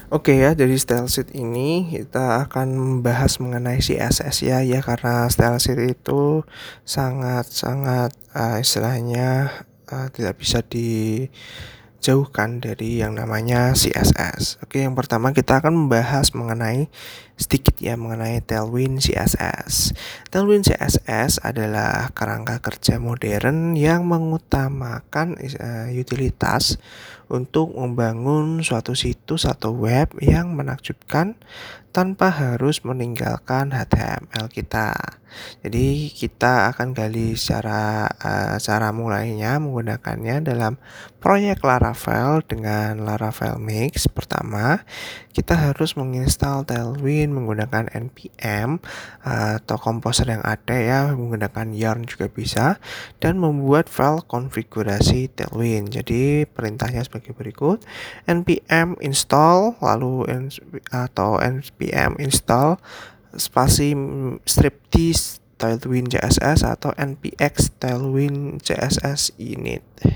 Oke ya, dari style sheet ini kita akan membahas mengenai CSS ya karena style sheet itu sangat-sangat istilahnya tidak bisa dijauhkan dari yang namanya CSS. Oke, yang pertama kita akan membahas sedikit ya mengenai Tailwind CSS. Tailwind CSS adalah kerangka kerja modern yang mengutamakan utilitas untuk membangun suatu situs atau web yang menakjubkan tanpa harus meninggalkan HTML kita. Jadi kita akan gali cara mulainya menggunakannya dalam proyek Laravel dengan Laravel Mix. Pertama, kita harus menginstal Tailwind menggunakan npm atau komposer yang ada ya, menggunakan yarn juga bisa, dan membuat file konfigurasi Tailwind. Jadi perintahnya sebagai berikut: npm install npm install spasi striptease tailwind css atau npx tailwind css init.